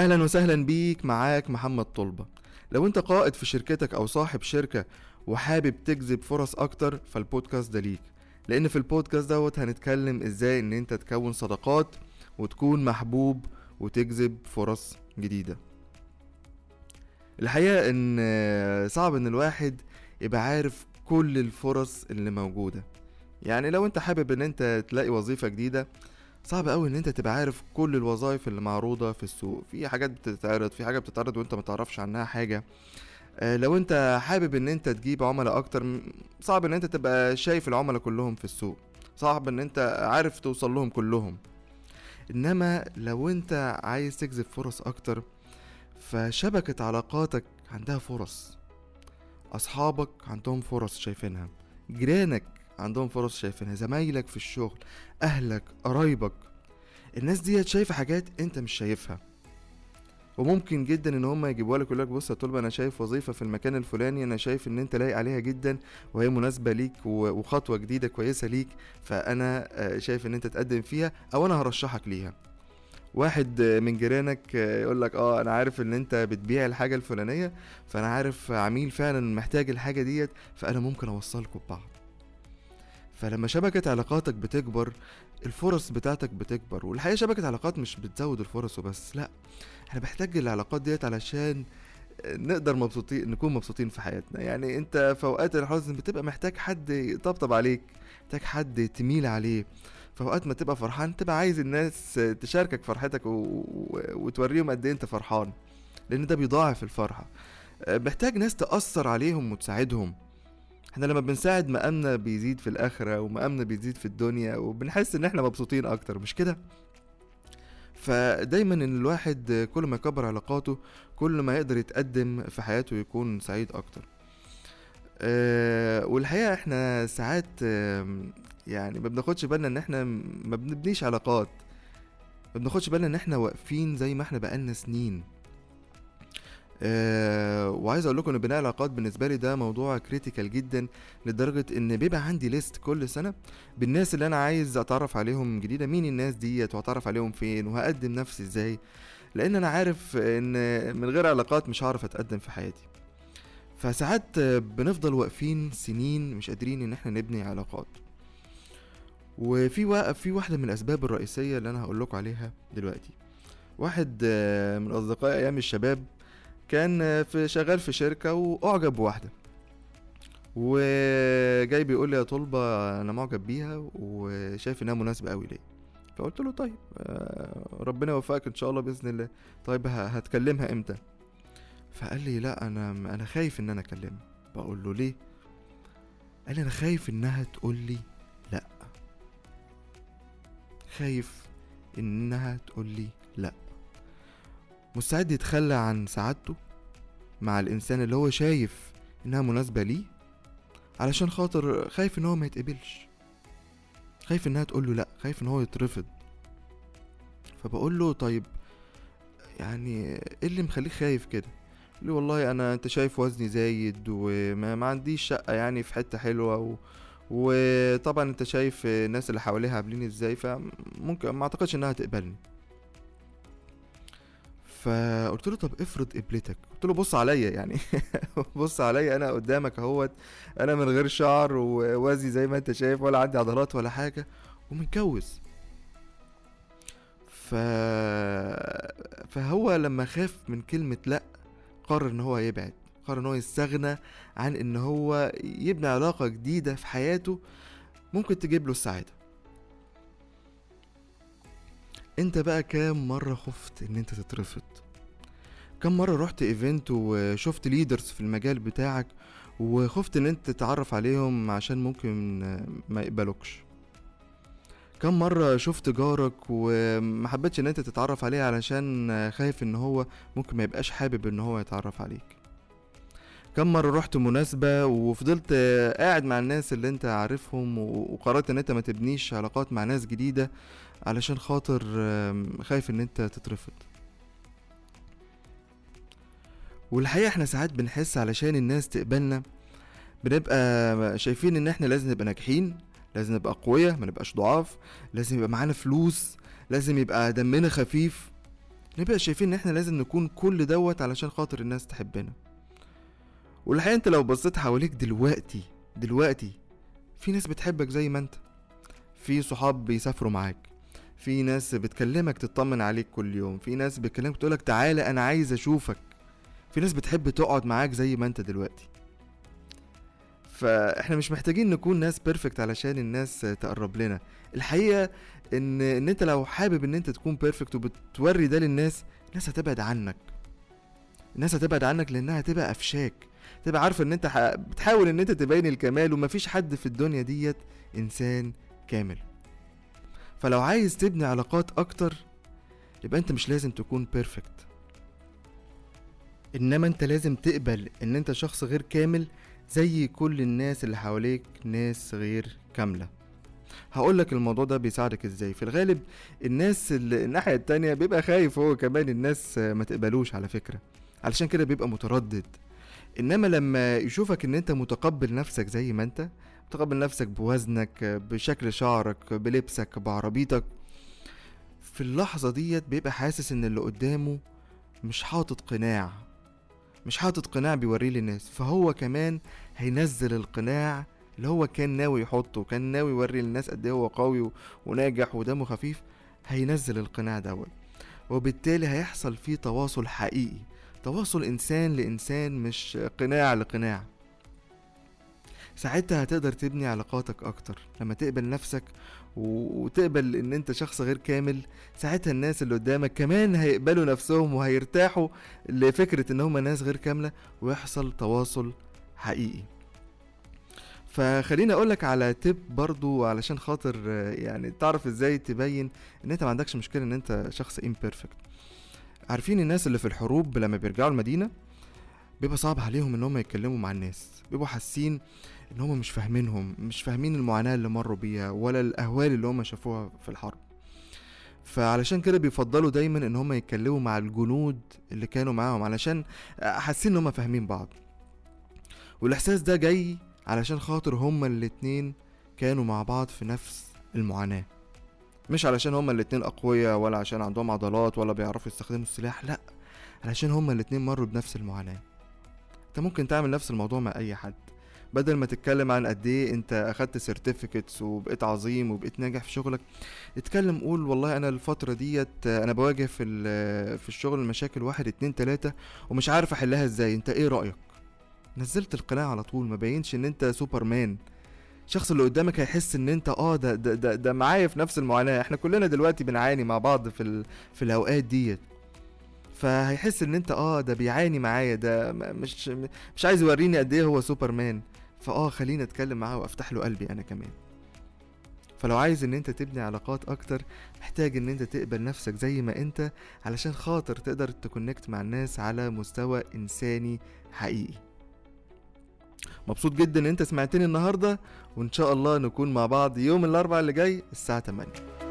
اهلا وسهلا بيك، معاك محمد طلبة. لو انت قائد في شركتك او صاحب شركة وحابب تجذب فرص اكتر، فالبودكاست ده ليك. لان في البودكاست دوت هنتكلم ازاي ان انت تكون صداقات وتكون محبوب وتجذب فرص جديدة. الحقيقة ان صعب ان الواحد يبقى عارف كل الفرص اللي موجودة. يعني لو انت حابب ان انت تلاقي وظيفة جديدة، صعب قوي ان انت تبقى عارف كل الوظائف اللي معروضة في السوق. في حاجات بتتعرض، في حاجة بتتعرض وانت ما تعرفش عنها حاجة. لو انت حابب ان انت تجيب عملاء اكتر، صعب ان انت تبقى شايف العملاء كلهم في السوق، صعب ان انت عارف توصل لهم كلهم. انما لو انت عايز تجذب فرص اكتر، فشبكة علاقاتك عندها فرص، اصحابك عندهم فرص شايفينها، جيرانك عندهم فرص شايفينها، زمايلك في الشغل، اهلك، قرايبك، الناس دي شايفة حاجات انت مش شايفها. وممكن جدا ان هم يجيبوا لك، يقول لك بص يا طلبة، انا شايف وظيفة في المكان الفلاني، انا شايف ان انت لايق عليها جدا وهي مناسبة ليك وخطوة جديدة كويسة ليك، فانا شايف ان انت تقدم فيها او انا هرشحك ليها. واحد من جيرانك يقول لك انا عارف ان انت بتبيع الحاجة الفلانية، فانا عارف عميل فعلا محتاج الحاجة ديت، فانا ممكن اوصلكم ببعض. فلما شبكة علاقاتك بتكبر، الفرص بتاعتك بتكبر. والحقيقة شبكة علاقات مش بتزود الفرص وبس، لا، احنا بنحتاج العلاقات ديت علشان نقدر نكون مبسوطين في حياتنا. يعني انت في اوقات الحزن بتبقى محتاج حد يطبطب عليك، محتاج حد تميل عليه. في اوقات ما تبقى فرحان تبقى عايز الناس تشاركك فرحتك وتوريهم قد ايه انت فرحان، لان ده بيضاعف الفرحة. محتاج ناس تأثر عليهم وتساعدهم. احنا لما بنساعد مقامنا بيزيد في الآخرة، ومقامنا بيزيد في الدنيا، وبنحس ان احنا مبسوطين اكتر، مش كده؟ فدايما ان الواحد كل ما يكبر علاقاته، كل ما يقدر يتقدم في حياته ويكون سعيد اكتر. والحقيقة احنا ساعات يعني ما بناخدش بالنا ان احنا ما بنبنيش علاقات، ما بناخدش بالنا ان احنا واقفين زي ما احنا بقالنا سنين. وعايز اقول لكم ان بناء العلاقات بالنسبه لي ده موضوع كريتيكال جدا، لدرجه ان بيبقى عندي ليست كل سنه بالناس اللي انا عايز اتعرف عليهم جديده، مين الناس ديت واتعرف عليهم فين وهقدم نفسي ازاي، لان انا عارف ان من غير علاقات مش هعرف اتقدم في حياتي. فساعات بنفضل واقفين سنين مش قادرين ان احنا نبني علاقات. في واحده من الاسباب الرئيسيه اللي انا هقول لكم عليها دلوقتي. واحد من اصدقائي ايام الشباب كان شغال في شركة وأعجب بواحدة، وجاي بيقول لي يا طلبة أنا معجب بيها وشايف إنها مناسبة أوي ليا. فقلت له طيب ربنا يوفقك إن شاء الله بإذن الله. طيب هتكلمها إمتى؟ فقال لي لا، أنا خايف إن أنا أكلمها. بقول له ليه؟ قال لي أنا خايف إنها تقول لي لا، خايف إنها تقول لي لا. مستعد يتخلى عن سعادته مع الانسان اللي هو شايف انها مناسبة ليه، علشان خاطر خايف ان هو ما يتقبلش، خايف انها تقول له لا، خايف ان هو يترفض. فبقول له طيب يعني ايه اللي مخليك خايف كده؟ قال لي والله انت شايف وزني زايد وما عنديش شقة يعني في حتة حلوة وطبعا انت شايف الناس اللي حواليها عاملين ازاي، فممكن ما اعتقدش انها تقبلني. فقلت له طب افرض قبلتك؟ قلت له بص عليا يعني بص عليا، انا قدامك اهوت، انا من غير شعر ووزي زي ما انت شايف، ولا عندي عضلات ولا حاجه، ومتجوز. فهو لما خاف من كلمه لا، قرر ان هو يبعد، قرر ان هو يستغنى عن ان هو يبني علاقه جديده في حياته ممكن تجيب له السعاده. انت بقى كام مرة خفت ان انت تترفض؟ كم مرة رحت ايفنت وشفت ليدرز في المجال بتاعك وخفت ان انت تتعرف عليهم عشان ممكن ما يقبلوكش؟ كم مرة شفت جارك وما حبيتش ان انت تتعرف عليه علشان خايف ان هو ممكن ما يبقاش حابب ان هو يتعرف عليك؟ كم مرة رحت مناسبة وفضلت قاعد مع الناس اللي انت عارفهم وقررت ان انت ما تبنيش علاقات مع ناس جديدة علشان خاطر خايف ان انت تترفض؟ والحقيقة احنا ساعات بنحس علشان الناس تقبلنا بنبقى شايفين ان احنا لازم نبقى ناجحين، لازم نبقى قوية، ما نبقاش ضعاف، لازم يبقى معانا فلوس، لازم يبقى دمنا خفيف. نبقى شايفين ان احنا لازم نكون كل دوت علشان خاطر الناس تحبنا. والحقيقة انت لو بصيت حواليك دلوقتي في ناس بتحبك زي ما انت، في صحاب بيسافروا معاك، في ناس بتكلمك تطمن عليك كل يوم، في ناس بتكلمك تقولك تعالى انا عايز اشوفك، في ناس بتحب تقعد معاك زي ما انت دلوقتي. فاحنا مش محتاجين نكون ناس بيرفكت علشان الناس تقرب لنا. الحقيقة ان انت لو حابب ان انت تكون بيرفكت وبتوري ده للناس، الناس هتبعد عنك، الناس هتبعد عنك لانها هتبقى قفشاك، تبقى عارفة ان انت بتحاول ان انت تبين الكمال، ومفيش حد في الدنيا ديت انسان كامل. فلو عايز تبني علاقات اكتر، يبقى انت مش لازم تكون بيرفكت، انما انت لازم تقبل ان انت شخص غير كامل زي كل الناس اللي حواليك ناس غير كاملة. هقولك الموضوع ده بيساعدك ازاي. في الغالب الناس اللي الناحية التانية بيبقى خايف هو كمان الناس ما تقبلوش على فكرة، علشان كده بيبقى متردد. انما لما يشوفك ان انت متقبل نفسك زي ما انت، متقبل نفسك بوزنك، بشكل شعرك، بلبسك، بعربيتك، في اللحظة ديت بيبقى حاسس ان اللي قدامه مش حاطط قناع، مش حاطط قناع بيوريه للناس، فهو كمان هينزل القناع اللي هو كان ناوي يحطه، كان ناوي يوري للناس قد ايه هو قوي وناجح ودمه خفيف، هينزل القناع دوت، وبالتالي هيحصل فيه تواصل حقيقي، تواصل انسان لانسان مش قناع لقناع. ساعتها هتقدر تبني علاقاتك اكتر لما تقبل نفسك وتقبل ان انت شخص غير كامل. ساعتها الناس اللي قدامك كمان هيقبلوا نفسهم وهيرتاحوا لفكرة ان هم ناس غير كاملة، ويحصل تواصل حقيقي. فخليني اقولك على تip برضو علشان خاطر يعني تعرف ازاي تبين ان انت ما عندكش مشكلة ان انت شخص imperfect. عارفين الناس اللي في الحروب لما بيرجعوا المدينة بيبقى صعب عليهم ان هم يتكلموا مع الناس، بيبقوا حاسين ان هم مش فاهمينهم، مش فاهمين المعاناة اللي مروا بيها ولا الاهوال اللي هم شافوها في الحرب. فعلشان كده بيفضلوا دايما ان هم يتكلموا مع الجنود اللي كانوا معاهم، علشان حاسين ان هم فاهمين بعض. والاحساس ده جاي علشان خاطر هما الاتنين كانوا مع بعض في نفس المعاناة، مش علشان هما الاتنين اقوياء ولا عشان عندهم عضلات ولا بيعرفوا يستخدموا السلاح، لا، علشان هما الاتنين مروا بنفس المعاناة. انت ممكن تعمل نفس الموضوع مع اي حد، بدل ما تتكلم عن قد ايه انت اخدت سيرتيفيكتس وبقيت عظيم وبقيت ناجح في شغلك، اتكلم قول والله انا الفترة ديت انا بواجه في الشغل المشاكل 1 2 3 ومش عارف احلها ازاي، انت ايه رأيك؟ نزلت القناع على طول، ما بينش ان انت سوبرمان. الشخص اللي قدامك هيحس ان انت ده معايا في نفس المعاناة، احنا كلنا دلوقتي بنعاني مع بعض في الاوقات ديت، فهيحس ان انت ده بيعاني معايا، ده مش عايز يوريني قد ايه هو سوبرمان، خليني اتكلم معاه وافتح له قلبي انا كمان. فلو عايز ان انت تبني علاقات اكتر، محتاج ان انت تقبل نفسك زي ما انت، علشان خاطر تقدر تكونكت مع الناس على مستوى انساني حقيقي. مبسوط جدا ان انت سمعتني النهاردة، وان شاء الله نكون مع بعض يوم الاربعاء اللي جاي الساعة 8.